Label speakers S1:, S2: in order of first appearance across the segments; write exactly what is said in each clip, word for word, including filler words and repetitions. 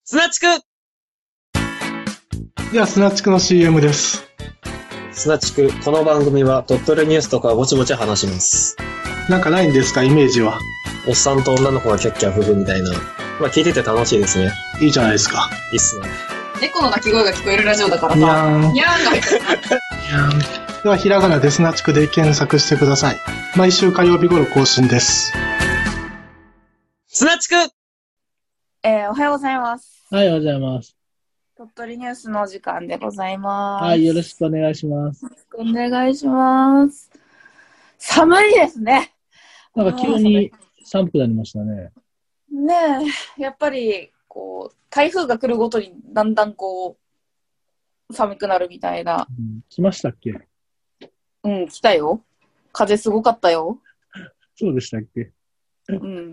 S1: スナチク
S2: では、スナチクの シーエム です。
S1: スナチク、この番組は鳥取ニュースとかぼちぼち話します。
S2: なんかないんですか、イメージは。
S1: おっさんと女の子がキャッキャ夫婦みたいな。まあ聞いてて楽しいですね。
S2: いいじゃないですか。
S1: いいっすね。
S3: 猫の鳴き声が聞こえるラジオだからさ。
S2: にゃーん。
S3: にゃーんが入ってる。
S2: にゃーん。では、ひらがなでスナチクで検索してください。毎週火曜日頃更新です。
S1: スナチク
S3: えー、おはようございます。
S4: はい、おはようございます。
S3: 鳥取ニュースの時間でございます。
S4: はい、よろしくお願いします。
S3: よろしくお願いします。寒いですね。
S4: なんか急に寒くなりましたね。
S3: ねえ、やっぱり、こう、台風が来るごとにだんだんこう、寒くなるみたいな。
S4: うん、来ましたっけ？
S3: うん、来たよ。風すごかったよ。
S4: そうでしたっけ？
S3: うん。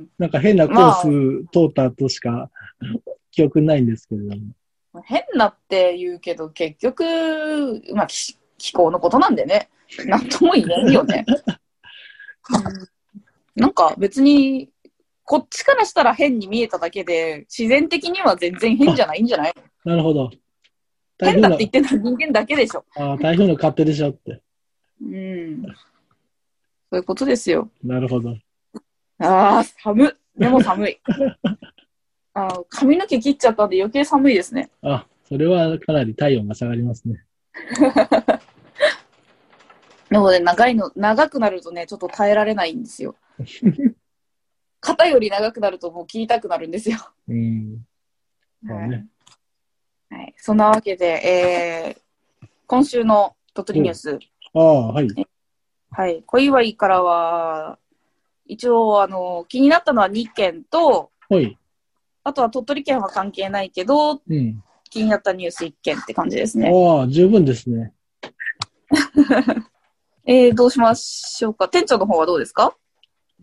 S4: なんか変なコース通ったとしか記憶ないんですけれども。
S3: 変なって言うけど、結局、まあ、気, 気候のことなんでね。なんとも言えんよね。うん、なんか別に、こっちからしたら変に見えただけで、自然的には全然変じゃないんじゃない？
S4: なるほど。
S3: 変だって言ってるのは人間だけでしょ。
S4: ああ、台風の勝手でしょって。
S3: うん。そういうことですよ。
S4: なるほど。
S3: ああ、寒っ。でも寒い。あ、髪の毛切っちゃったんで余計寒いですね。
S4: あ、それはかなり体温が下がりますね。
S3: でもね、長いの、長くなるとね、ちょっと耐えられないんですよ。肩より長くなるともう切りたくなるんですよ。
S4: うん。そうね。
S3: はい。はい。そんなわけで、えー、今週の鳥取ニュース。
S4: ああ、はい。
S3: はい。小祝からは、一応、あの、気になったのはにけんと、
S4: はい。
S3: あとは鳥取県は関係ないけど、
S4: うん、
S3: 気になったニュースいっけんって感じですね。
S4: ああ、十分ですね。
S3: えー、どうしましょうか。店長の方はどうですか？
S4: うん、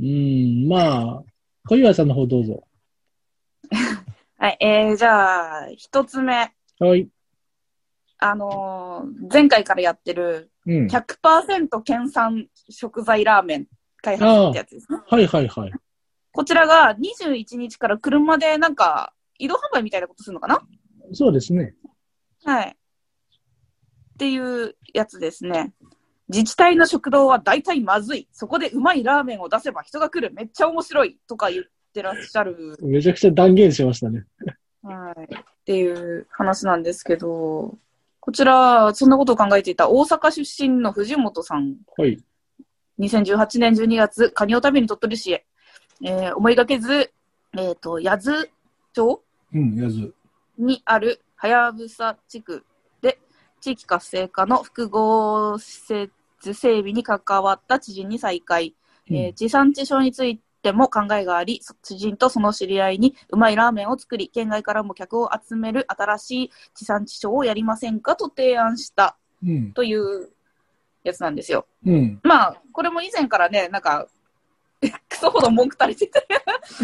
S4: まあ、小岩さんの方どうぞ。
S3: はい、えー、じゃあ、一つ目。
S4: はい。
S3: あのー、前回からやってる、
S4: うん、
S3: ひゃくパーセント 県産食材ラーメン開発ってやつですね。
S4: はいはいはい。
S3: こちらがにじゅういちにちから車でなんか移動販売みたいなことするのかな？
S4: そうですね。
S3: はい。っていうやつですね。自治体の食堂は大体まずい。そこでうまいラーメンを出せば人が来る。めっちゃ面白い。とか言ってらっしゃる。
S4: めちゃくちゃ断言しましたね。
S3: はい。っていう話なんですけど、こちら、そんなことを考えていた大阪出身の藤本さん。
S4: はい。
S3: にせんじゅうはちねんじゅうにがつ、カニを食べに鳥取市へ。えー、思いがけず、えっと、八頭町
S4: うん、やず。
S3: にあるはやぶさ地区で地域活性化の複合施設整備に関わった知人に再会、うんえー、地産地消についても考えがあり、知人とその知り合いにうまいラーメンを作り、県外からも客を集める新しい地産地消をやりませんかと提案したというやつなんですよ。うん、まあこれも以前からね、なんかクソほど文句垂れてて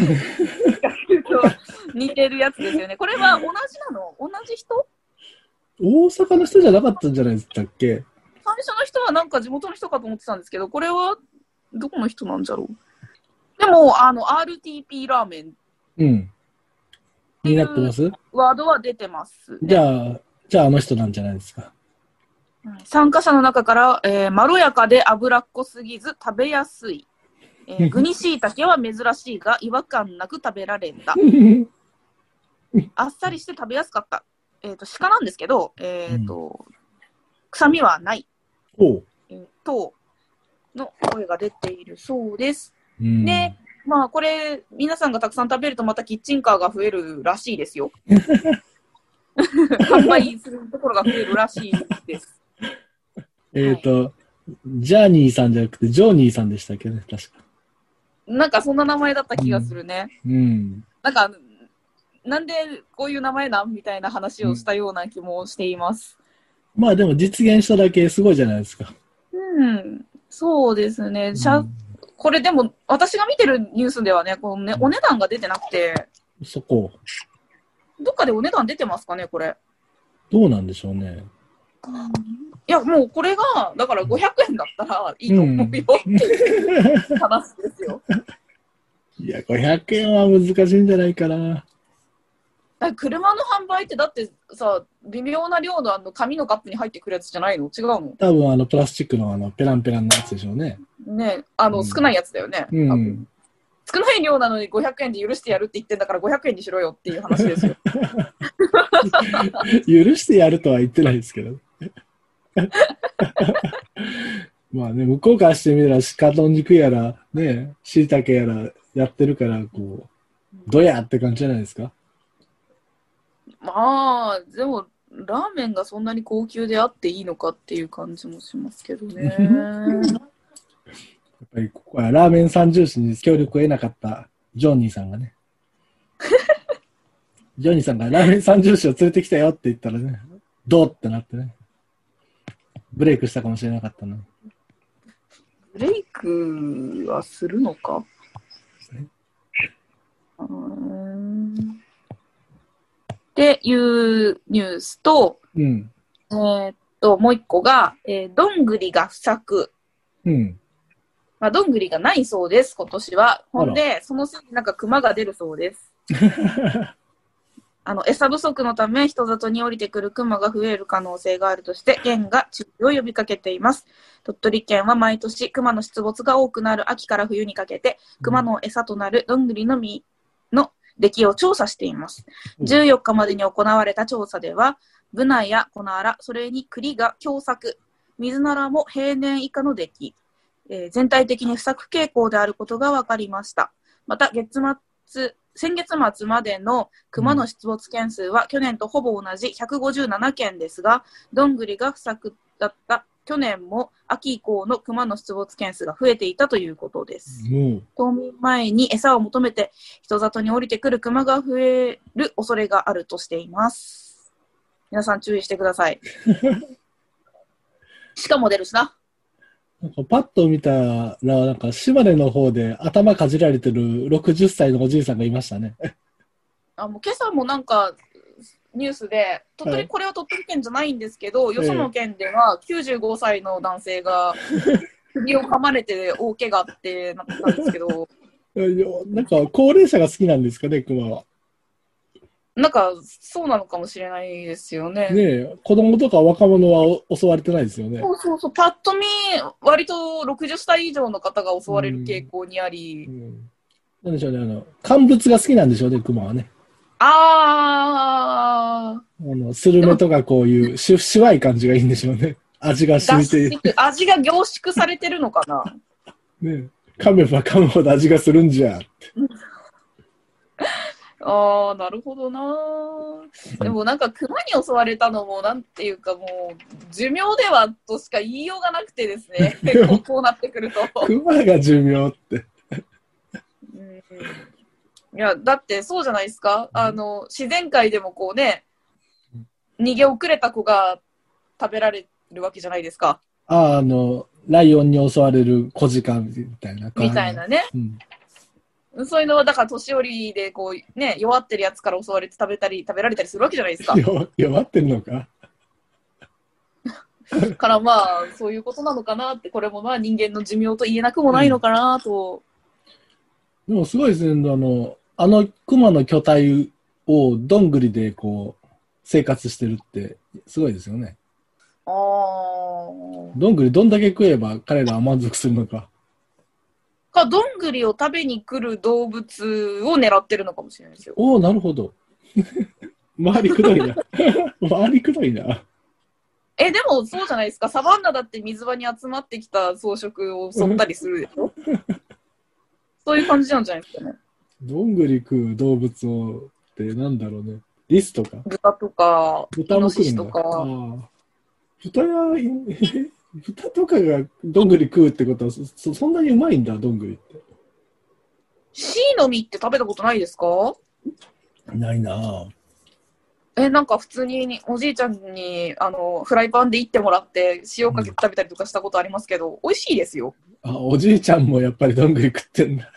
S3: 似てるやつですよね。これは同じなの？同じ人？
S4: 大阪の人じゃなかったんじゃないですかっけ？
S3: 最初の人はなんか地元の人かと思ってたんですけど、これはどこの人なんだろう。でもあの アールティーピー ラーメン
S4: うんになってます？
S3: ワードは出てます、ね。
S4: じゃあじゃああの人なんじゃないですか。
S3: 参加者の中から、えー、まろやかで脂っこすぎず食べやすい。えー、具にしいたけは珍しいが違和感なく食べられた。あっさりして食べやすかった。えっと、鹿なんですけど、えっと、うん、臭みはない。
S4: お
S3: えー、と、の声が出ているそうです。うん、で、まあ、これ、皆さんがたくさん食べるとまたキッチンカーが増えるらしいですよ。販売するところが増えるらしいです。
S4: えっと、はい、ジャーニーさんじゃなくて、ジョーニーさんでしたっけね、確か。
S3: なんかそんな名前だった気がするね。
S4: うん。うん、
S3: なんか、なんでこういう名前なんみたいな話をしたような気もしています。
S4: うん、まあでも実現しただけすごいじゃないですか。
S3: うん、そうですね。うん、これでも私が見てるニュースではね、このね、お値段が出てなくて。
S4: そこ。ど
S3: っかでお値段出てますかね、これ。
S4: どうなんでしょうね。
S3: いや、もうこれが、だからごひゃくえんだったらいいと思うよ、っていう話ですよ。
S4: いや、ごひゃくえんは難しいんじゃないかな。
S3: だ車の販売ってだってさ、微妙な量のあの紙のカップに入ってくるやつじゃないの？違うの？
S4: 多分あのプラスチックのあのペランペランのやつでしょうね。
S3: ね、あの、
S4: うん、
S3: 少ないやつだよね。
S4: うん。
S3: 少ない量なのにごひゃくえんで許してやるって言ってんだからごひゃくえんにしろよっていう話ですよ。
S4: 許してやるとは言ってないですけど。まあね、向こうからしてみたら鹿の肉やら、ね、椎茸やらやってるから、こう、どやって感じじゃないですか。
S3: まあ、でも、ラーメンがそんなに高級であっていいのかっていう感じもしますけどね。や
S4: っぱりここはラーメン三重視に協力を得なかったジョニーさんがね。ジョニーさんがラーメン三重視を連れてきたよって言ったらね、どうってなってね。ブレイクしたかもしれなかったな。
S3: ブレイクはするのか？うーんっていうニュースと、
S4: うん、
S3: えー、っと、もう一個が、えー、どんぐりが不作。
S4: うん。
S3: まあ、どんぐりがないそうです、今年は。ほんで、そのせいでなんか熊が出るそうです。あの、餌不足のため人里に降りてくる熊が増える可能性があるとして、県が注意を呼びかけています。鳥取県は毎年熊の出没が多くなる秋から冬にかけて、熊の餌となるどんぐりの実の出来を調査しています。じゅうよっかまでに行われた調査では、ブナやコナラ、それに栗が凶作、ミズナラも平年以下の出来、えー、全体的に不作傾向であることが分かりました。また、月末、先月末までの熊の出没件数は去年とほぼ同じひゃくごじゅうななけんですが、どんぐりが不作だった去年も秋以降の熊の出没件数が増えていたということです。冬眠前に餌を求めて人里に降りてくる熊が増える恐れがあるとしています。皆さん注意してください。しかも出るしな。
S4: なんかパッと見たら、なんか島根の方で頭かじられてるろくじゅっさいのおじいさんがいましたね。あ、
S3: もう今朝もなんかニュースで、鳥取、はい、これは鳥取県じゃないんですけど、よその県ではきゅうじゅうごさいの男性が首を噛まれて大怪我ってなったんですけど。
S4: なんか高齢者が好きなんですかね、熊は。
S3: なんかそうなのかもしれないですよね。
S4: ねえ、子供とか若者は襲われてないですよね。
S3: そうそうそう、パッと見、割とろくじゅっさい以上の方が襲われる傾向にあり。うんうん、
S4: なんでしょうね、あの、乾物が好きなんでしょうね、熊はね。
S3: あ
S4: ー。あの、スルメとかこういうし、しわい感じがいいんでしょうね。味が染みて。
S3: 味が凝縮されてるのかな。
S4: ねえ、噛めば噛むほど味がするんじゃって。
S3: ああ、なるほどな。でもなんか熊に襲われたのもなんていうかもう寿命ではとしか言いようがなくてですね。こう、こうなってくると。
S4: 熊が寿命って。
S3: うん、いやだってそうじゃないですか。あの自然界でもこうね、逃げ遅れた子が食べられるわけじゃないですか。
S4: ああ、あのライオンに襲われる小鹿みたいな感じ。
S3: みたいなね。うん、そういうのはだから年寄りでこう、ね、弱ってるやつから襲われて食べたり食べられたりするわけじゃないですか。
S4: 弱ってるのか
S3: からまあそういうことなのかなって、これもまあ人間の寿命と言えなくもないのかなと、
S4: うん、でもすごいですね。あのあの熊の巨体をどんぐりでこう生活してるってすごいですよね。
S3: あ
S4: どんぐりどんだけ食えば彼らは満足するのか。
S3: か、どんぐりを食べに来る動物を狙ってるのかもしれないですよ。
S4: おお、なるほど。周りくどいな。周りくどいな。
S3: え、でもそうじゃないですか。サバンナだって水場に集まってきた草食を襲ったりするでしょ。そういう感じなんじゃないですかね。
S4: どんぐり食う動物をってなんだろうね。リスとか
S3: 豚とか、
S4: 豚も食うんだ。
S3: イノシシとか。
S4: あ豚や、豚とかがどんぐり食うってことは そ, そんなにうまいんだ、どんぐりって。
S3: シイの実って食べたことないですか？
S4: ないなぁ。
S3: え、なんか普通におじいちゃんにあのフライパンでいってもらって塩かけて食べたりとかしたことありますけど、うん、美味しいですよ。
S4: あ、おじいちゃんもやっぱりどんぐり食ってんだ。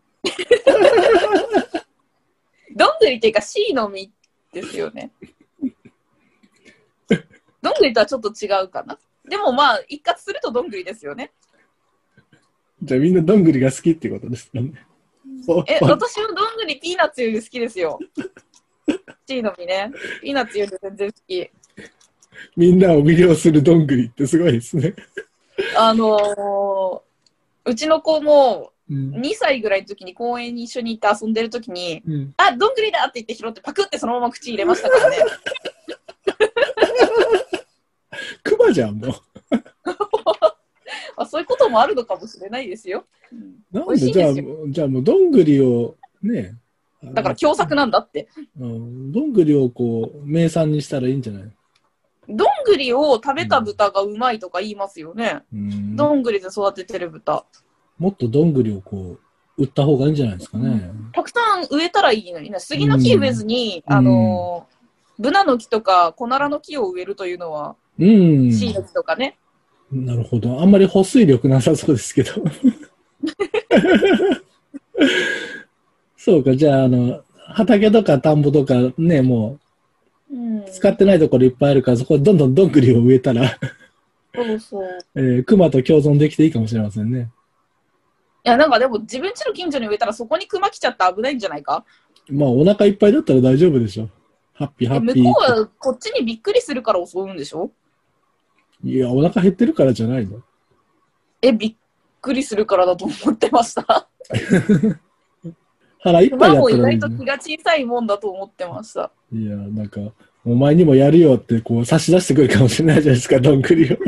S3: どんぐりっていうかシイの実ですよね。どんぐりとはちょっと違うかな。でもまあ一括するとどんぐりですよね。
S4: じゃあみんなどんぐりが好きってことですよね。
S3: え、私はどんぐりピーナッツより好きですよ。 チーの実ね。ピーナッツより全然好き。
S4: みんなを魅了するどんぐりってすごいですね。
S3: あのー、うちの子も
S4: うん
S3: にさいぐらいの時に公園に一緒に行って遊んでる時に、
S4: うん、
S3: あ、どんぐりだって言って拾ってパクってそのまま口に入れましたからね。
S4: クマじゃん、もう。
S3: あ、そういうこともあるのかもしれないですよ。うん、
S4: なん
S3: 美味し
S4: でじゃあ、
S3: いんですよ。
S4: じゃあもうどんぐりをね、
S3: だから共作なんだって。
S4: うん、どんぐりをこう名産にしたらいいんじゃない？
S3: どんぐりを食べた豚がうまいとか言いますよね。
S4: うん、
S3: どんぐりで育ててる豚。
S4: もっとどんぐりをこう売った方がいいんじゃないですかね。
S3: たくさん植えたらいいのにね。杉の木植えずに、
S4: うん、
S3: あのー、ブナの木とかコナラの木を植えるというのは、
S4: うん、
S3: シイの木とかね。
S4: なるほど。あんまり保水力なさそうですけど。そうか、じゃあ、あの、畑とか田んぼとかね、もう、
S3: うん、
S4: 使ってないところいっぱいあるから、そこにどんどんどんぐりを植えたら、
S3: そうそう。
S4: えー、熊と共存できていいかもしれませんね。
S3: いや、なんかでも自分家の近所に植えたらそこにクマ来ちゃって危ないんじゃないか？
S4: まあ、お腹いっぱいだったら大丈夫でしょ。ハッピーハッピー。
S3: 向こうはこっちにびっくりするから襲うんでしょ？
S4: いや、お腹減ってるからじゃないの？
S3: え、びっくりするからだと思ってました。
S4: 腹いっぱいだったらいい、ね。
S3: 馬も意外と気が小さいもんだと思ってました。
S4: いや、なんか、お前にもやるよってこう差し出してくるかもしれないじゃないですか、どんぐりを。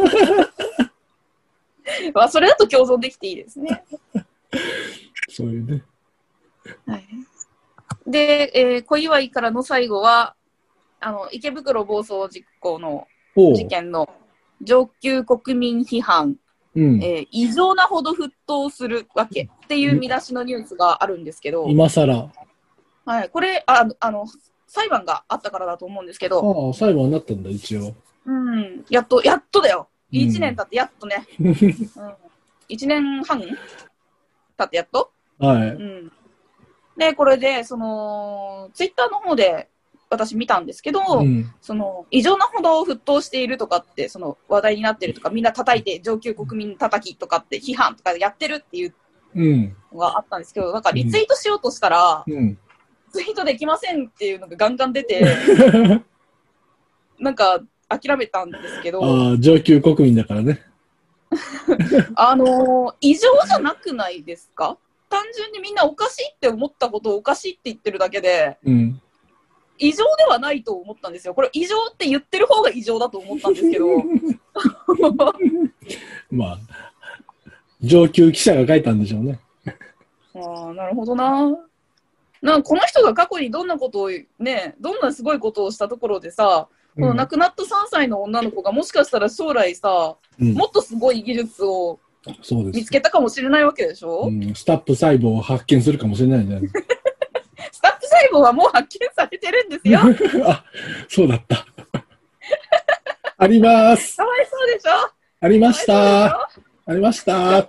S3: まあ、それだと共存できていいですね。
S4: そういうね。
S3: はい、で、えー、小祝からの最後は、あの、池袋暴走事故の事件の上級国民批判、うんえー、異常なほど沸騰するわけっていう見出しのニュースがあるんですけど、
S4: 今更。
S3: はい、これあ、あの、裁判があったからだと思うんですけど、
S4: ああ、裁判になったんだ、一応。
S3: うん、やっと、やっとだよ。いちねん経ってやっとね。うん、いちねんはん経ってやっと
S4: はい。
S3: うん。で、これで、その、ツイッターの方で私見たんですけど、うん、その、異常なほど沸騰しているとかって、その話題になってるとか、みんな叩いて上級国民叩きとかって批判とかやってるっていうのがあったんですけど、なんかリツイートしようとしたら、うん、ツイートできませんっていうのがガンガン出て、なんか諦めたんですけど。
S4: ああ、上級国民だからね。
S3: あのー、異常じゃなくないですか？単純にみんなおかしいって思ったことをおかしいって言ってるだけで、うん、異常ではないと思ったんですよ。これ異常って言ってる方が異常だと思ったんですけど。
S4: まあ、上級記者が書いたんでしょうね。
S3: ああ、なるほどな。なんかこの人が過去にどんなことをね、どんなすごいことをしたところでさ、この亡くなったさんさいの女の子がもしかしたら将来さ、うん、もっとすごい技術を見つけたかもしれないわけでしょ、
S4: うん、スタップ細胞を発見するかもしれないじゃない
S3: スタップ細胞はもう発見されてるんですよ。
S4: あ、そうだった。あります。
S3: かわいそうでしょ。
S4: ありました。ありました。はい 。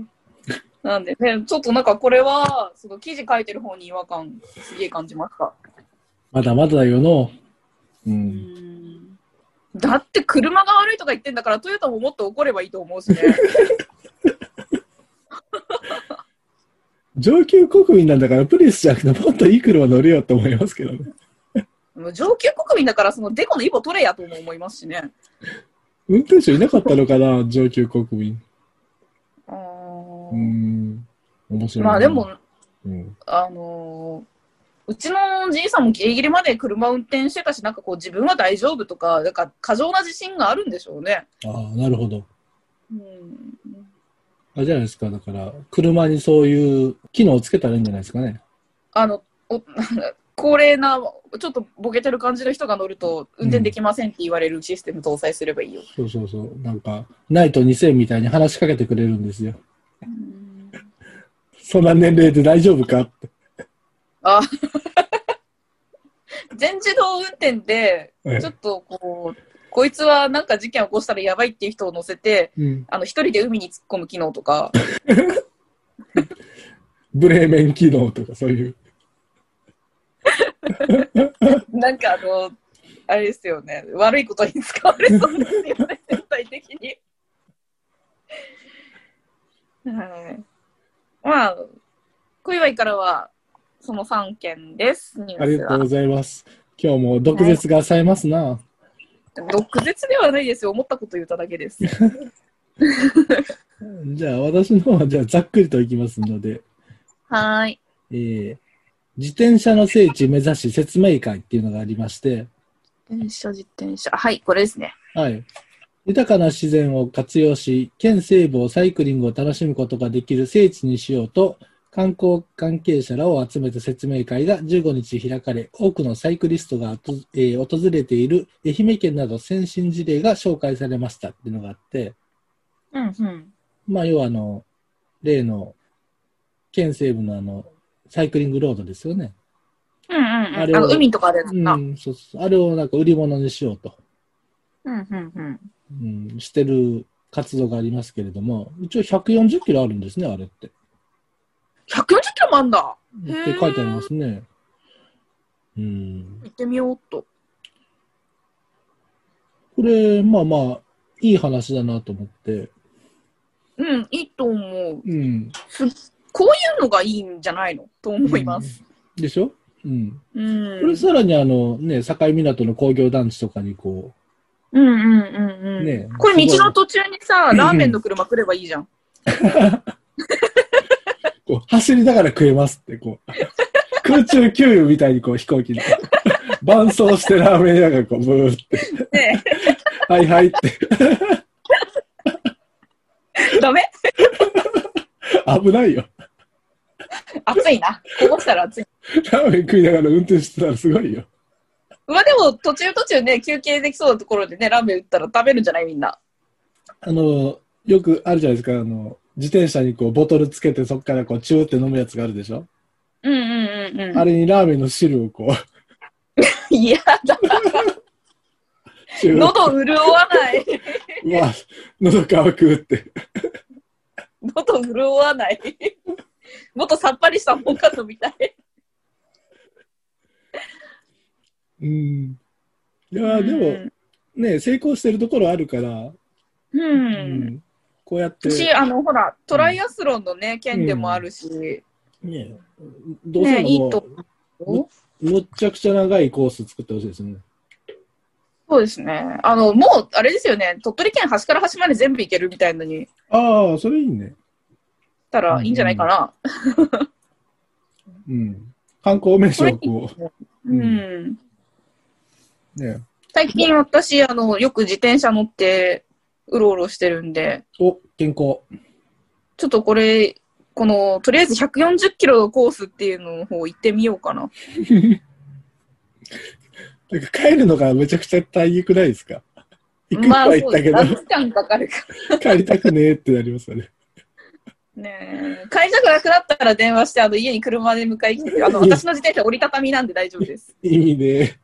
S3: なんでね、ちょっとなんかこれは、その記事書いてる方に違和感すげえ感じました。
S4: まだまだだよの。うん。
S3: うんだって車が悪いとか言ってんだから、トヨタももっと怒ればいいと思うしね。
S4: 上級国民なんだから、プリウスじゃなくてもっといい車乗るよって思いますけどね。
S3: 上級国民だから、そのデコのイボ取れやとも思いますしね。
S4: 運転手いなかったのかな、上級国民。
S3: あ
S4: うん、面白い。
S3: まあでも、うん、あのー、うちのじいさんもギリギリまで車運転してたし、なんかこう自分は大丈夫とか、なんか過剰な自信があるんでしょうね。
S4: ああ、なるほど。
S3: うん、
S4: あ、じゃないですか。だから、車にそういう機能をつけたらいいんじゃないですかね。
S3: あの、お高齢な、ちょっとボケてる感じの人が乗ると、運転できませんって言われるシステム搭載すればいいよ。
S4: うん、そうそうそう。なんか、ナイトにせんみたいに話しかけてくれるんですよ。うんそんな年齢で大丈夫かって。
S3: あ全自動運転で、ちょっとこう、こいつはなんか事件を起こしたらやばいっていう人を乗せて、うん、あの一人で海に突っ込む機能とか。
S4: ブレーメン機能とかそういう。
S3: なんかあの、あれですよね、悪いことに使われそうですよね、全体的に。はい。まあ、小祝からは、 そのさんけんです。ニュースは
S4: ありがとうございます。今日も毒舌が冴えますな。はい、
S3: 毒舌ではないですよ。思ったこと言っただけです。
S4: じゃあ、私の方はじゃあざっくりといきますので。
S3: はーい。
S4: えー、自転車の聖地目指し説明会っていうのがありまして。
S3: 自転車、自転車。はい、これですね。
S4: はい。豊かな自然を活用し、県西部をサイクリングを楽しむことができる聖地にしようと、観光関係者らを集めた説明会がじゅうごにち開かれ、多くのサイクリストが、えー、訪れている愛媛県など先進事例が紹介されましたっていうのがあって、
S3: うんうん。
S4: まあ、要はあの、例の県西部のあの、サイクリングロードですよね。
S3: うんうんうん。あれあの海とかでな、
S4: うん、そうそう。あれをなんか売り物にしようと。
S3: うんうんうん。
S4: うん、してる活動がありますけれども、一応ひゃくよんじゅっキロあるんですね、あれって。
S3: ひゃくよんじゅっキロもあんだ
S4: って書いてありますね。うん。
S3: 行ってみようっと。
S4: これ、まあまあ、いい話だなと思って。
S3: うん、いいと思う。
S4: うん。
S3: こういうのがいいんじゃないのと思います。
S4: うん、でしょうん。
S3: うん。
S4: これさらにあの、ね、境港の工業団地とかにこう、
S3: うんうんうんうん。ね、これ道の途中にさ、ラーメンの車来ればいいじゃん。
S4: こう走りながら食えますって、こう。空中給油みたいにこう飛行機で。伴走してラーメン屋がこう、ブーって。ねはいはいって。
S3: ダメ
S4: 危ないよ。
S3: 暑いな。こぼしたら暑い。
S4: ラーメン食いながら運転してたらすごいよ。
S3: まあでも途中途中ね、休憩できそうなところでね、ラーメン売ったら食べるんじゃないみんな。
S4: あの、よくあるじゃないですか、あの、自転車にこうボトルつけてそこからこうチューって飲むやつがあるでしょ。
S3: うんうんうんうん。
S4: あれにラーメンの汁をこう。
S3: 嫌だ。喉潤わない。
S4: うわ、喉乾くって。
S3: 喉潤わない。もっとさっぱりしたもんかとみたい。
S4: うん。いやでも、ね、成功してるところあるから、
S3: うん。
S4: うん、こうやって。
S3: 私、あの、ほら、トライアスロンのね、うん、県でもあるし。
S4: ねどうせも、ね、いいとむ、むっちゃくちゃ長いコース作ってほしいですね。
S3: そうですね。あの、もう、あれですよね、鳥取県端から端まで全部行けるみたいなのに。
S4: ああ、それいいね。
S3: たらいいんじゃないかな。
S4: うん。うん、観光名所をこう。
S3: うん。うん
S4: ね、
S3: 最近私、あの、よく自転車乗って、うろうろしてるんで。
S4: お、健康。
S3: ちょっとこれ、この、とりあえずひゃくよんじゅっキロのコースっていうのを行ってみようかな。
S4: なんか帰るのがめちゃくちゃ大変くないですか？行くのは行ったけど。まあ、そうです。何
S3: 時間かかるか。
S4: 帰りたくねえってなりますよね。
S3: ねえ。帰りたくなくなったら電話して、あの、家に車で迎えに来て、あの、私の自転車折りたたみなんで大丈夫です。
S4: 意味ね。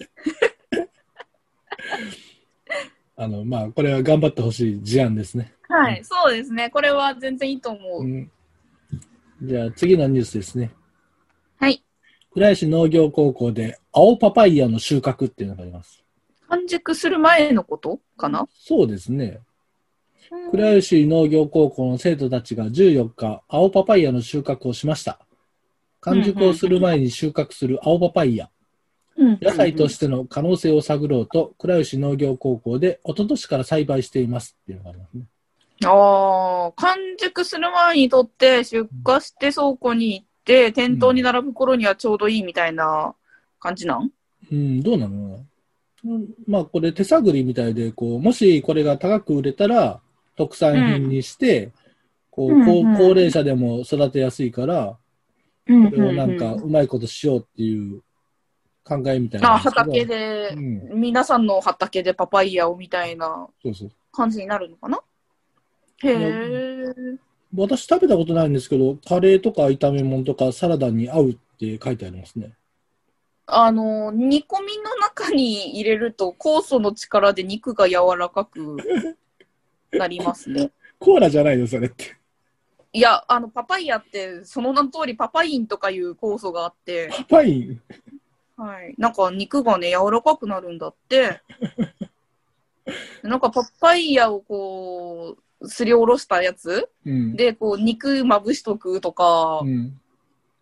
S4: あの、まあ、これは頑張ってほしい事案ですね。
S3: はい、うん、そうですね。これは全然いいと思う。うん、
S4: じゃあ、次のニュースですね。
S3: はい。
S4: 倉吉農業高校で青パパイヤの収穫っていうのがあります。
S3: 完熟する前のことかな？
S4: そうですね。倉吉農業高校の生徒たちがじゅうよっか、青パパイヤの収穫をしました。完熟をする前に収穫する青パパイヤ。野菜としての可能性を探ろうと、倉吉農業高校で一昨年から栽培していますっていうのがありますね。
S3: ああ、完熟する前にとって出荷して倉庫に行って、店頭に並ぶ頃にはちょうどいいみたいな感じなん？
S4: うん、どうなの？うん、まあこれ手探りみたいで、こう、もしこれが高く売れたら特産品にして、うん、こう、うんうん、高齢者でも育てやすいから、これをなんかうまいことしようっていう考えみたいな。
S3: あ、畑で、うん、皆さんの畑でパパイヤをみたいな感じになるのかな？へえ。
S4: 私食べたことないんですけど、カレーとか炒め物とかサラダに合うって書いてありますね。
S3: あの、煮込みの中に入れると酵素の力で肉が柔らかくなりますね。
S4: コーラじゃないよ、それって。
S3: いや、あの、パパイヤってその名の通りパパインとかいう酵素があって。
S4: パパイン？
S3: はい。なんか肉がね、柔らかくなるんだって。なんかパパイヤをこう、すりおろしたやつ、うん、で、こう、肉まぶしとくとか、うん、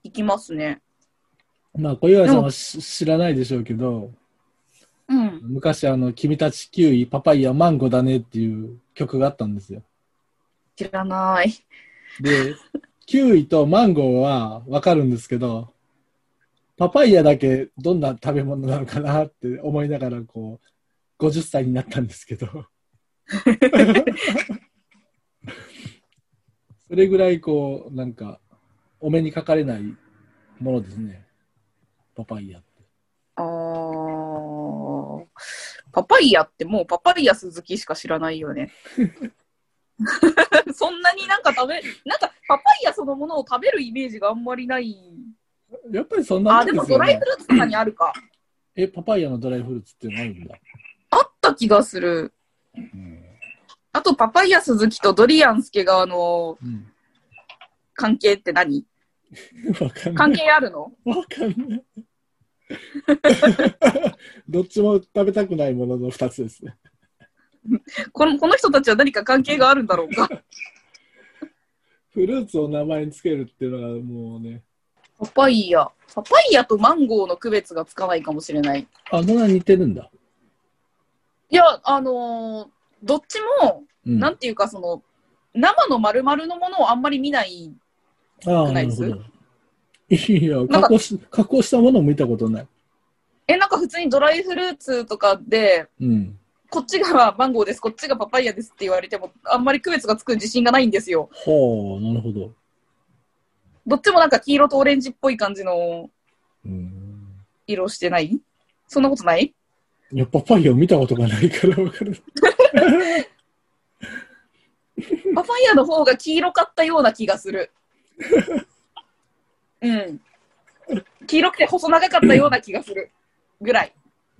S3: 行きますね。
S4: まあ、小岩さんはし知らないでしょうけど、
S3: うん。
S4: 昔あの、君たちキウイ、パパイヤ、マンゴーだねっていう曲があったんですよ。
S3: 知らない。
S4: で、キウイとマンゴーはわかるんですけど、パパイヤだけどんな食べ物なのかなって思いながら、こう、ごじゅっさいになったんですけど。それぐらい、こう、なんか、お目にかかれないものですね。パパイヤって。
S3: あー。パパイヤってもうパパイヤ鈴木しか知らないよね。そんなになんか食べ、なんかパパイヤそのものを食べるイメージがあんまりない。
S4: やっぱりそんなも
S3: あ、
S4: んですよね。
S3: でもドライフルーツとかにあるか。
S4: え、パパイヤのドライフルーツっていうのあるんだ。
S3: あった気がする。
S4: うん。
S3: あとパパイヤ鈴木とドリアン助川の
S4: うん、
S3: 関係って何？
S4: わかんない。
S3: 関係あるの？
S4: わかんない。どっちも食べたくないものの二つですね。
S3: この、この人たちは何か関係があるんだろうか。
S4: フルーツを名前につけるっていうのがもうね。
S3: パパイヤ。パパイヤとマンゴーの区別がつかないかもしれない。
S4: あ、そんな似てるんだ。
S3: いや、あのーどっちも、
S4: うん、
S3: なんていうかその、生の丸々のものをあんまり見ない
S4: ああ、
S3: くなです？
S4: ないるほど。いや、加工し、加工したものを見たことない。
S3: え、なんか普通にドライフルーツとかで、
S4: うん。
S3: こっちがマンゴーです、こっちがパパイヤですって言われても、あんまり区別がつく自信がないんですよ。
S4: はあ、なるほど。
S3: どっちもなんか黄色とオレンジっぽい感じの
S4: うん。
S3: 色してない？そんなことない？
S4: いや、パパイヤを見たことがないからわかる。
S3: パパイヤの方が黄色かったような気がする。うん。黄色くて細長かったような気がする。ぐらい。
S4: うん。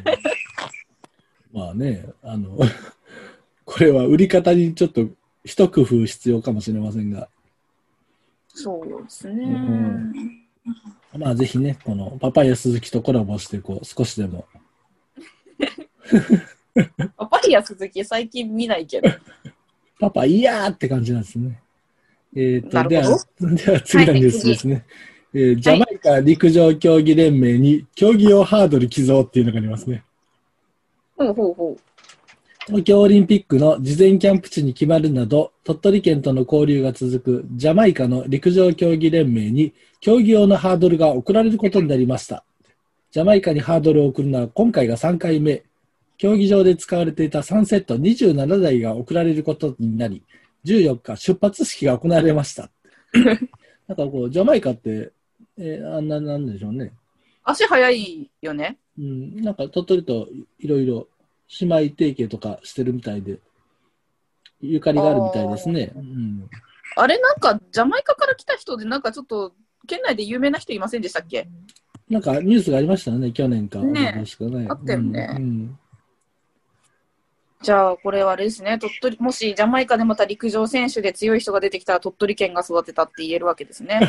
S4: まあね、あの、これは売り方にちょっと一工夫必要かもしれませんが。
S3: そうですね。
S4: うんまあぜひね、このパパイヤ鈴木とコラボして、こう、少しでも。
S3: パパイヤ鈴木最近見ないけど。
S4: パパイヤーって感じなんですね。えっ、と、では、
S3: なるほ
S4: では次のニュースですね。えージャマイカ陸上競技連盟に競技用ハードル寄贈っていうのがありますね。
S3: ほうほうほう。
S4: 東京オリンピックの事前キャンプ地に決まるなど、鳥取県との交流が続くジャマイカの陸上競技連盟に競技用のハードルが送られることになりました。ジャマイカにハードルを送るのは今回がさんかいめ。競技場で使われていたさんセットにじゅうななだいが送られることになり、じゅうよっか出発式が行われました。なんかこう、ジャマイカって、えーあんな、なんでしょうね。
S3: 足早いよね。
S4: うん、なんか鳥取といろいろ姉妹提携とかしてるみたいで、ゆかりがあるみたいですね。うん、
S3: あれなんかジャマイカから来た人でなんかちょっと県内で有名な人いませんでしたっけ？
S4: なんかニュースがありましたね、去年か。
S3: ね
S4: 確かね。
S3: あったよね
S4: うんうん
S3: じゃあこれはあれですね。鳥取、もしジャマイカでまた陸上選手で強い人が出てきたら鳥取県が育てたって言えるわけですね。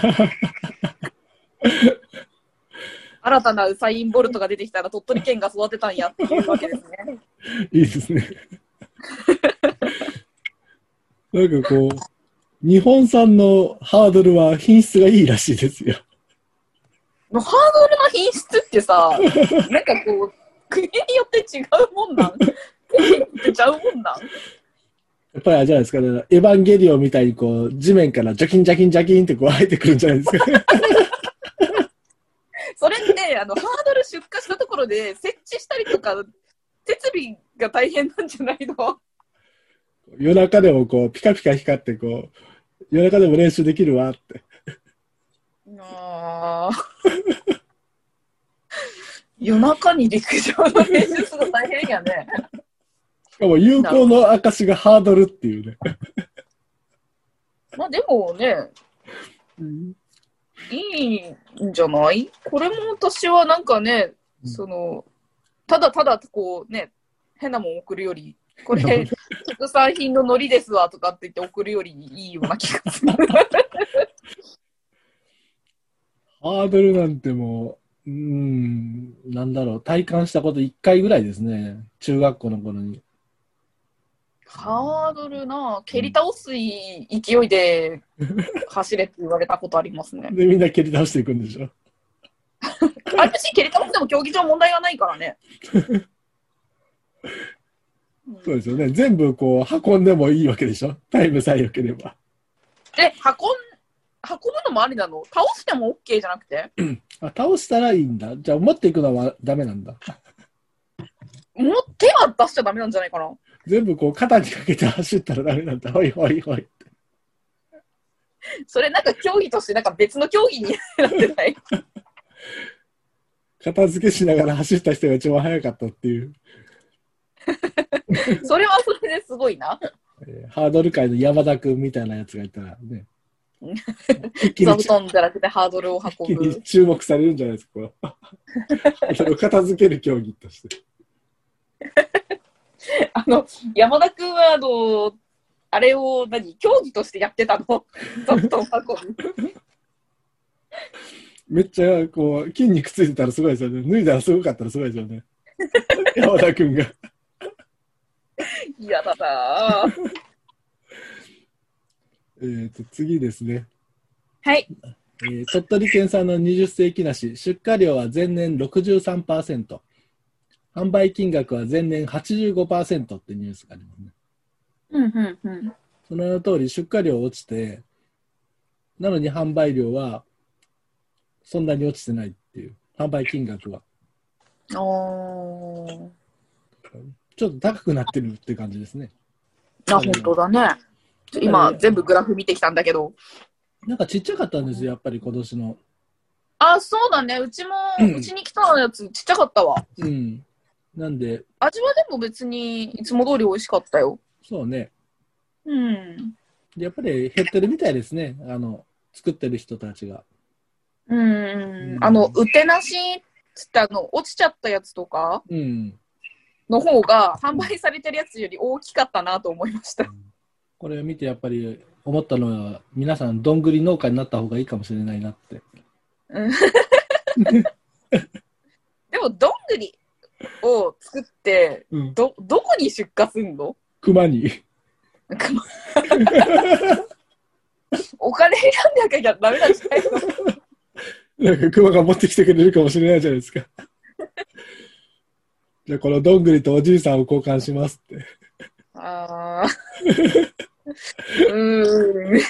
S3: 新たなウサイン・ボルトが出てきたら鳥取県が育てたんやっていうわけですね。
S4: いいですね。なんかこう、日本産のハードルは品質がいいらしいですよ。
S3: もうハードルの品質ってさ、なんかこう、国によって違うもんなん国によってちゃうもんなん
S4: やっぱりあれじゃないですかね、エヴァンゲリオンみたいにこう、地面からジャキンジャキンジャキンってこう入ってくるんじゃないですか。
S3: それってあのハードル出荷したところで設置したりとか設備が大変なんじゃないの？
S4: 夜中でもこう、ピカピカ光ってこう、夜中でも練習できるわって。
S3: あ夜中に陸上の練習するの大変やね。
S4: しかも有効の証がハードルっていうね。
S3: まあでもね、いいんじゃない？これも私はなんかね、
S4: うん
S3: その、ただただこうね、変なもん送るより、これ、特産品の海苔ですわとかって言って送るよりいいような気がする。
S4: ハードルなんてもう、うーん、なんだろう、体感したこといっかいぐらいですね。中学校の頃に。
S3: ハードルな、蹴り倒す勢いで走れって言われたことありますね。
S4: で、みんな蹴り倒していくんでしょ。
S3: あ、別に蹴り倒しても競技場問題はないからね。
S4: そうですよね。全部こう運んでもいいわけでしょ。タイムさえ良ければ。
S3: え、運ん、運ぶのもありなの？倒しても OK じゃなくて？
S4: あ、倒したらいいんだ。じゃあ持っていくのはダメなんだ。
S3: もう手は出しちゃダメなんじゃないかな。
S4: 全部こう肩にかけて走ったらダメなんだ。ほいほいほい。
S3: それなんか競技としてなんか別の競技になってない？
S4: 片付けしながら走った人が一番速かったっていう。
S3: それはそれですごいな。
S4: えーハードル界の山田君みたいなやつがいたらね。
S3: 座布団じゃなくてハードルを
S4: 一気
S3: 運ぶ。
S4: に注目されるんじゃないですか。こうハードルを片付ける競技として。
S3: あの、山田君はあの、あれを何、競技としてやってたの？座布団運び。
S4: めっちゃこう筋肉ついてたらすごいですよね。脱いだらすごかったらすごいですよね。山田君が。
S3: 嫌だなぁ。
S4: えーと次ですね。
S3: はい。
S4: えー鳥取県産のはた世紀梨、出荷量は前年 ろくじゅうさんパーセント、販売金額は前年 はちじゅうごパーセント ってニュースがありますね。
S3: うんうんうん。
S4: その通り出荷量落ちて、なのに販売量はそんなに落ちてないっていう、販売金額は。
S3: おー。
S4: ちょっと高くなってるって感じですね。
S3: あ、本当だね。今、全部グラフ見てきたんだけど。
S4: なんかちっちゃかったんですよ、やっぱり今年の。
S3: あ、そうだね。うちも、うちに来たやつちっちゃかったわ。
S4: うん。なんで、
S3: 味はでも別にいつも通り美味しかったよ。
S4: そうね。
S3: うん。
S4: やっぱり減ってるみたいですね。あの、作ってる人たちが。
S3: うん。うん、あの、うてなしつってあの、落ちちゃったやつとか
S4: うん。
S3: の方が販売されてるやつより大きかったなと思いました。
S4: これを見てやっぱり思ったのは、皆さんどんぐり農家になった方がいいかもしれないなって。
S3: うん、でもどんぐりを作って、
S4: うん、
S3: どどこに出荷すんの？
S4: 熊に
S3: お金選んであげなきゃダメなんじゃないの？
S4: なんか熊が持ってきてくれるかもしれないじゃないですか。じゃあこのどんぐりとおじいさんを交換しますって。
S3: ああ。うーん。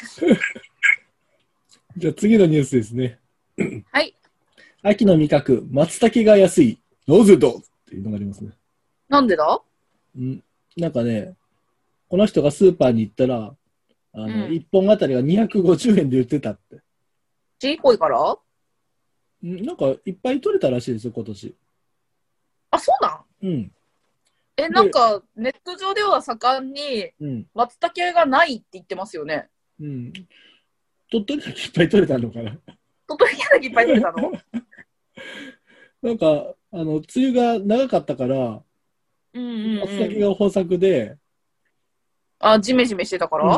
S4: じゃあ次のニュースですね。
S3: はい。
S4: 秋の味覚、松茸が安い。なぜだっていうのがありますね。
S3: なんでだ？
S4: んなんかね、この人がスーパーに行ったら、あの、うん、いっぽんあたりがにひゃくごじゅうえんで売ってたって。
S3: ちいこいから？
S4: んなんかいっぱい取れたらしいですよ、今年。
S3: あ、そうなん？
S4: うん。
S3: え、なんかネット上では盛んに松茸がないって言ってますよね。
S4: うん。鳥取だけいっぱい取れたのかな。
S3: 鳥取だけいっぱい取れたの？
S4: なんか、あの、梅雨が長かったから、松茸が豊作で、
S3: あ、ジメジメしてたから、
S4: うん、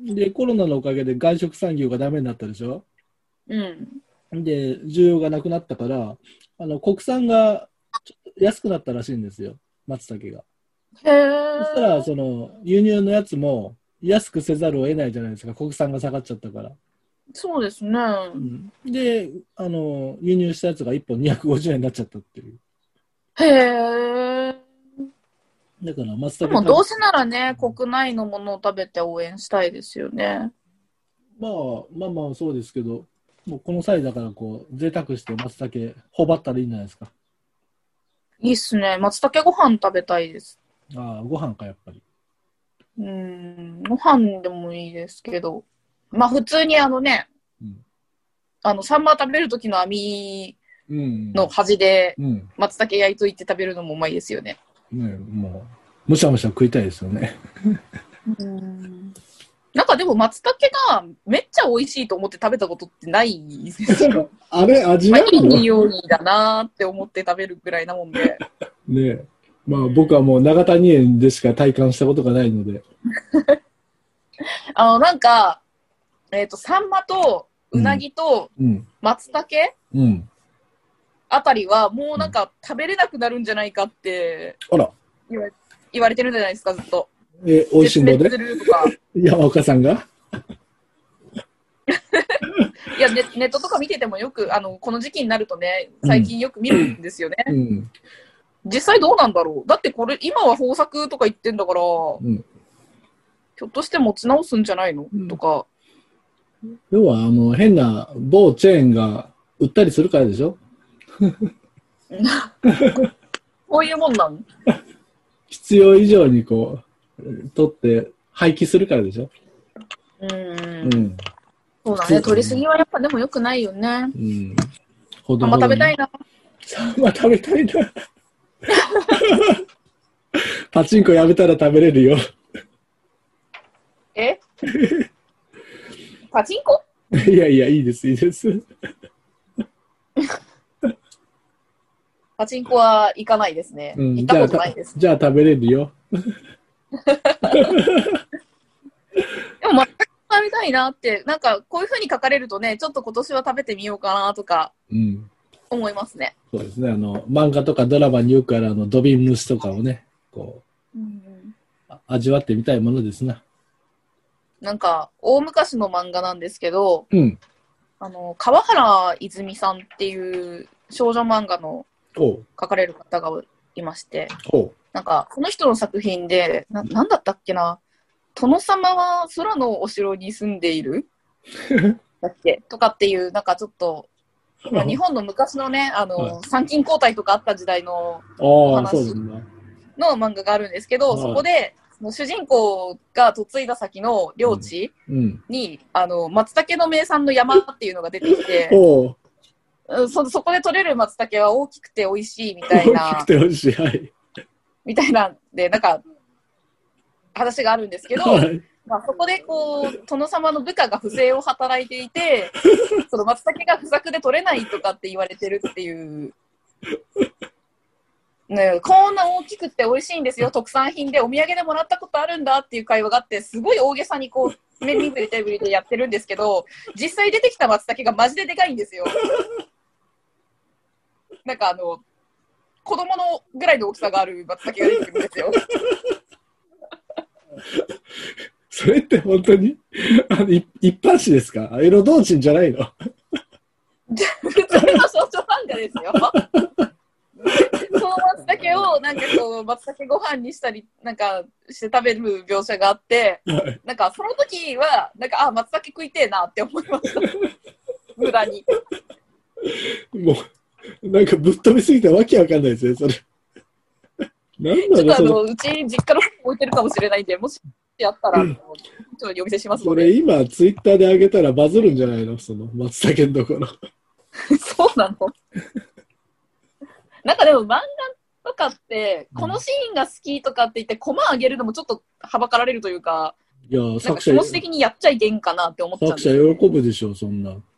S4: で、コロナのおかげで外食産業がダメになったでしょ。
S3: うん。
S4: で、需要がなくなったから、あの、国産がちょっと安くなったらしいんですよ、松茸が。
S3: へー。
S4: そしたら、その、輸入のやつも安くせざるを得ないじゃないですか、国産が下がっちゃったから。
S3: そうですね。
S4: うん、で、あの、輸入したやつがいっぽんにひゃくごじゅうえんになっちゃったっていう。
S3: へー。
S4: だから松茸
S3: でもどうせならね、国内のものを食べて応援したいですよね。
S4: まあ、まあまあそうですけど、もうこの際だからこう、贅沢して松茸、ほばったらいいんじゃないですか。
S3: いいっすね。松茸ご飯食べたいです。
S4: ああ、ご飯か、やっぱり。
S3: うーん、ご飯でもいいですけど。まあ普通にあのね、うん、あの、サンマ食べるときの網の端で松茸焼いといて食べるのもうまいですよね。
S4: ね、もう、むしゃむしゃ食いたいですよね。
S3: うーん、なんかでも松茸がめっちゃ美味しいと思って食べたことってないですよ。
S4: あれ、味あるの？
S3: いい匂いだなーって思って食べるぐらいなもんで。
S4: ねえ。まあ僕はもう長谷園でしか体感したことがないので。
S3: あの、なんか、えっと、サンマとうなぎと松茸、
S4: うんうん、
S3: あたりはもうなんか食べれなくなるんじゃないかって
S4: あら
S3: 言われ、言われてるんじゃないですか、ずっと。
S4: え、美味しいので
S3: 絶滅するとか。
S4: 山岡さんが
S3: いやネ、ネットとか見ててもよく、あの、この時期になるとね、最近よく見るんですよね。
S4: うん。
S3: 実際どうなんだろう。だってこれ、今は豊作とか言ってんだから、
S4: うん、
S3: ひょっとして持ち直すんじゃないの、うん、とか。
S4: 要は、あの、変な某チェーンが売ったりするからでしょ
S3: こういうもんなん
S4: 必要以上にこう、取って廃棄するからでしょ
S3: うん。
S4: うん。
S3: そうだね。取りすぎはやっぱでも良くないよね。
S4: うん。
S3: ほどほどに。サンマ食べたいな。
S4: サンマ食べたいな。パチンコやめたら食べれるよ。
S3: えパチンコ
S4: いやいや、いいです、いいです。
S3: パチンコは行かないですね。うん、行ったことないです。
S4: じゃあ、じゃあ食べれるよ。で
S3: も、また食べたいなって、なんかこういう風に書かれるとね、ちょっと今年は食べてみようかなとか、思いますね、
S4: うん。そうですね。あの、漫画とかドラマによくあるあの、土瓶蒸しとかをね、こう、うんうん、味わってみたいものですな。
S3: なんか、大昔の漫画なんですけど、
S4: うん、
S3: あの、川原泉さんっていう少女漫画の書かれる方がいまして、なんか、この人の作品で、な、なんだったっけな、殿様は空のお城に住んでいるだっけとかっていう、なんかちょっと、まあ、日本の昔のね、あの、はい、参勤交代とかあった時代のお話の漫画があるんですけど、そこで、主人公が嫁いだ先の領地に、うん、あの松茸の名産の山っていうのが出てきて、そ, そこで取れる松茸は大きくて美味しいみたいな、
S4: 大きくて美味しい、はい、
S3: みたいなんで、なんか話があるんですけど、はい、まあ、そこでこう殿様の部下が不正を働いていて、その松茸が不作で取れないとかって言われてるっていう。ね、こんな大きくて美味しいんですよ、特産品でお土産でもらったことあるんだっていう会話があって、すごい大げさにこう目に触れて触れてやってるんですけど、実際出てきた松茸がマジででかいんですよ。なんかあの子供のぐらいの大きさがある松茸が出てくるんですよ。
S4: それって本当にあの一般紙ですか？江戸同人じゃないの？
S3: 普通の少女漫画ですよ。その松茸をなんかこう松茸ご飯にしたりなんかして食べる描写があって、はい、なんかその時はなんかあ松茸食いてえなって思いました。無駄に。
S4: もうなんかぶっ飛びすぎてわけわかんないですねそれ。なんだろう、ちょっとあの
S3: うち実家の方に置いてるかもしれないんで、もしやったら、うん、ちょっとお見せしますので。
S4: それ今ツイッターで上げたらバズるんじゃないの、その松茸のところ。
S3: そうなの？なんかでも漫画とかってこのシーンが好きとかって言ってコマ上げるのもちょっとはばかられるというか、
S4: いや
S3: なんか気持ち的にやっちゃいけんかなって思っちゃうんですよ、
S4: ね、作者喜ぶでしょそんな。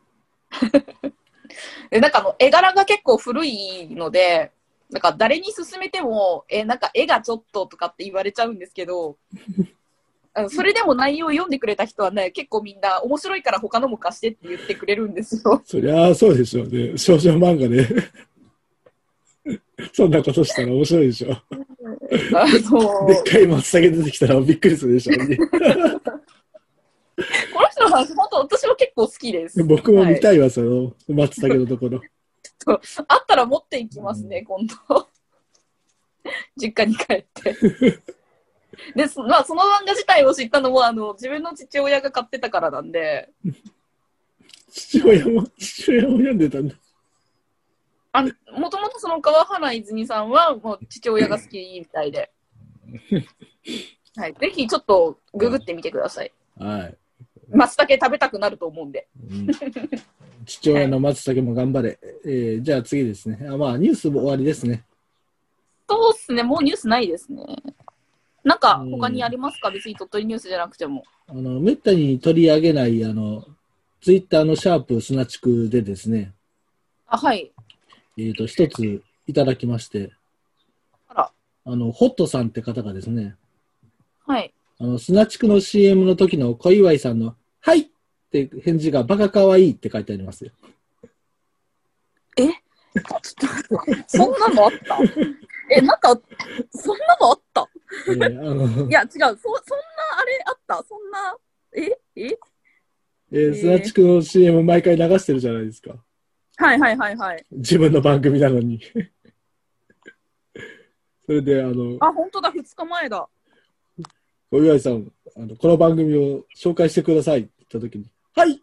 S3: でなんかあの絵柄が結構古いので、なんか誰に勧めてもえなんか絵がちょっととかって言われちゃうんですけど、あのそれでも内容を読んでくれた人はね結構みんな面白いから他のも貸してって言ってくれるんですよ。
S4: そりゃそうでしょうね、少女漫画でそんなことしたら面白いでしょ。あのー、でっかい松茸出てきたらびっくりするでしょうね。こ
S3: の人の話本当私は結構好きです。
S4: 僕も見たいわ、はい、その松茸のところ。
S3: ちょっとあったら持っていきますね、うん、今度。実家に帰って。で、まあ、その漫画自体を知ったのもあの自分の父親が買ってたからなんで。
S4: 父親も父親も読んでたんだ。
S3: あのもともとその川原泉さんはもう父親が好きみたいで、はい、ぜひちょっとググってみてください。
S4: はい。
S3: 松茸食べたくなると思うんで。うん、
S4: 父親の松茸も頑張れ。はい、えー、じゃあ次ですね。あ、まあニュースも終わりですね。
S3: そうですね。もうニュースないですね。なんか他にありますか？別に鳥取ニュースじゃなくても。
S4: あのめったに取り上げないあのツイッターのシャープ砂地区でですね。
S3: あ、はい。
S4: えーと、一ついただきまして、
S3: あら。
S4: あの、ホットさんって方がですね、
S3: はい。
S4: あの、砂地区の シーエム の時の小岩井さんの、はいって返事がバカかわいいって書いてありますよ。
S3: え？ちょっと待って、そんなのあった？え、なんか、そんなのあった？
S4: えー、あの
S3: いや、違う。そ、そんなあれあったそんな、ええ
S4: えー、スナチクの シーエム 毎回流してるじゃないですか。
S3: はいはいはいはい。
S4: 自分の番組なのに。それで、あの、
S3: あ、本当だ、ふつかまえだ。
S4: お岩井さん、あの、この番組を紹介してくださいって言ったときに、はい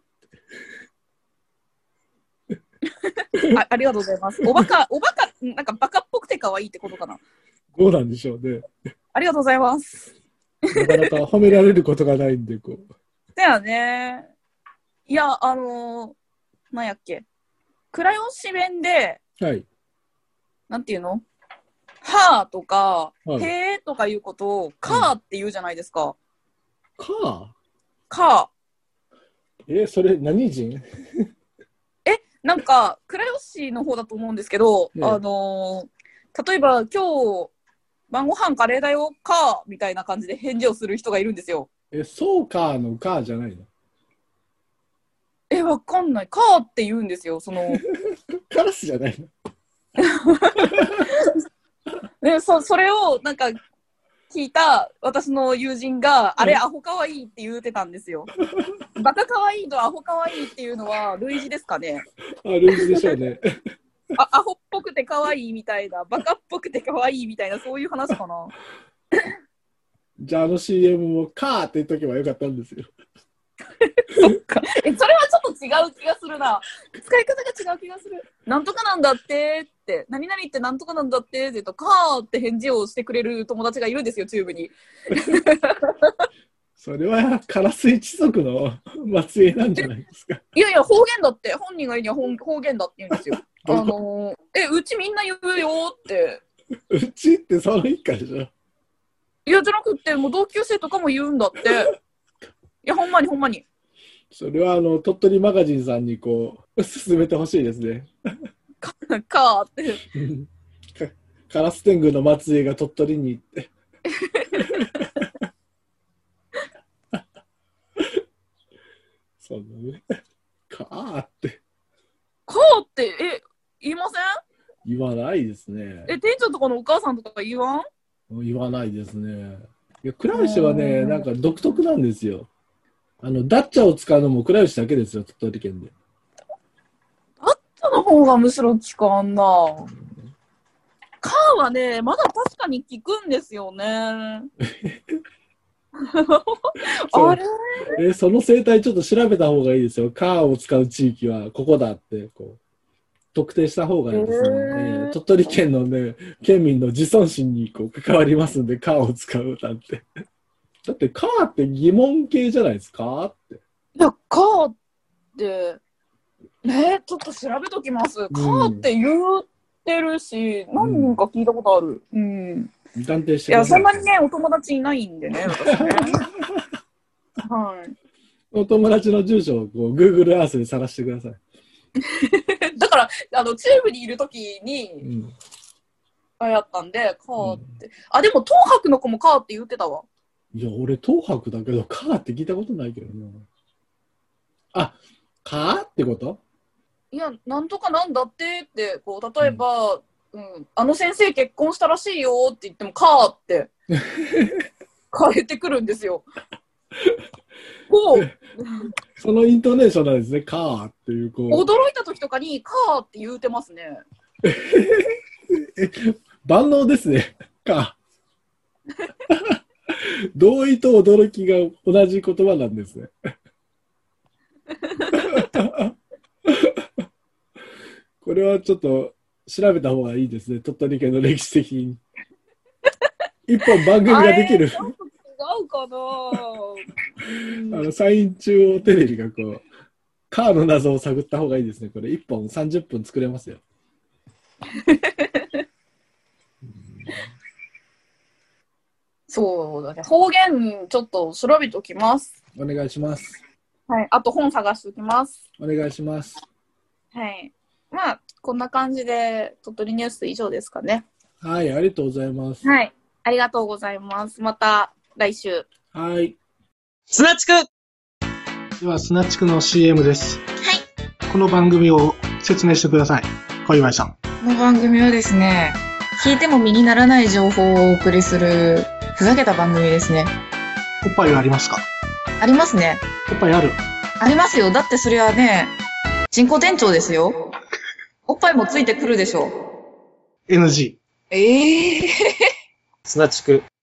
S3: あ。ありがとうございます。おバカ、おバカ、なんかバカっぽくて可愛いってことかな。
S4: どうなんでしょうね。
S3: ありがとうございます。
S4: なかなか褒められることがないんで、こう。
S3: だよね。いや、あのー、なんやっけ。クラヨンし弁で、
S4: はい。
S3: なんていうのはーとか、
S4: はい、
S3: へーとかいうことを、かーって言うじゃないですか。
S4: かー
S3: か
S4: ー。え、それ何人
S3: え、なんか、クラヨッシーの方だと思うんですけど、
S4: ね、
S3: あのー、例えば、今日、晩ご飯カレーだよ、かーみたいな感じで返事をする人がいるんですよ。
S4: え、そうかーのかーじゃないの？
S3: え、わかんない。かーって言うんですよ、その。
S4: カラスじゃないの？
S3: で、そ、それを、なんか、聞いた私の友人が、あれ、アホかわいいって言うてたんですよ。バカかわいいとアホかわいいっていうのは類似ですかね。
S4: あ、類似でしょうね。
S3: あ、アホっぽくてかわいいみたいな、バカっぽくてかわいいみたいな、そういう話かな。
S4: じゃあ、あの シーエム もカーって言っとけばよかったんですよ。
S3: そっか。え、それはちょっと違う気がするな。使い方が違う気がする。なんとかなんだってって、何々ってなんとかなんだってって言うと、カーって返事をしてくれる友達がいるんですよ、チューブに。
S4: それはカラス一族の末裔なんじゃないですか。
S3: いやいや、方言だって、本人が言うには方方言だって言うんですよ。あのー、え、うちみんな言うよって。
S4: うちってその一家でしょ。
S3: いや、じゃなくって、もう同級生とかも言うんだって。いや、ほんまにほんまに。
S4: それはあの鳥取マガジンさんにこう進めてほしいですね。
S3: か、かーって
S4: かカラス天狗の末裔が鳥取に行って。そんなね。かーって。
S3: かーって、え、言いません？
S4: 言わないですね。
S3: え、店長とかのお母さんとか言わん？
S4: 言わないですね。いや、倉吉はね、なんか独特なんですよ。あの、ダッチャを使うのも倉吉だけですよ、鳥取県で。
S3: ダッチャの方がむしろ聞かんな。カーはね、まだ確かに聞くんですよね。あれ
S4: え、その生態ちょっと調べた方がいいですよ。カーを使う地域はここだって、こう、特定した方がいいですね。えー、鳥取県のね、県民の自尊心にこう関わりますんで、カーを使うなんて。だってカーって疑問形じゃないですかって。
S3: いや、カーって、ね、ちょっと調べときます。カーって言ってるし、うん、何人か聞いたことある。うん。
S4: 断定して
S3: いや、そんなにね、お友達いないんでね、私ね。はい。
S4: お友達の住所をこう Google Earth で探してください。
S3: だから、あの、チューブにいるときに、うん、あれやったんで、カーって。うん、あ、でも、東博の子もカーって言ってたわ。
S4: いや、俺、東博だけど、カーって聞いたことないけどな。あ、カーってこと？
S3: いや、なんとかなんだってって、こう、例えば、うんうん、あの先生結婚したらしいよって言っても、カーって変えてくるんですよ。こう
S4: そのイントネーションなんですね、カーっていう、こう。
S3: 驚いた時とかに、カーって言うてますね。
S4: 万能ですね、カー。同意と驚きが同じ言葉なんですね。これはちょっと調べた方がいいですね、鳥取県の歴史的に。一本番組ができる。
S3: 違うかな
S4: あの、山陰中央テレビがこう、カーの謎を探った方がいいですね。これ一本さんじゅっぷん作れますよ。
S3: そうだね。方言ちょっと調べておきます。
S4: お願いします。
S3: はい。あと本探しておきます。
S4: お願いします。
S3: はい。まあ、こんな感じで、鳥取ニュース以上ですかね。
S4: はい、ありがとうございます。
S3: はい。ありがとうございます。また来週。
S4: はい。
S1: スナチク
S2: では、スナチクの シーエム です。
S5: はい。
S2: この番組を説明してください。小岩井さん。
S5: この番組はですね、聞いても身にならない情報をお送りするふざけた番組ですね。
S2: おっぱいはありますか？
S5: ありますね。
S2: おっぱいある。
S5: ありますよ。だってそれはね、人工店長ですよ。おっぱいもついてくるでしょう。
S2: エヌジー。
S5: ええー。
S1: 砂地区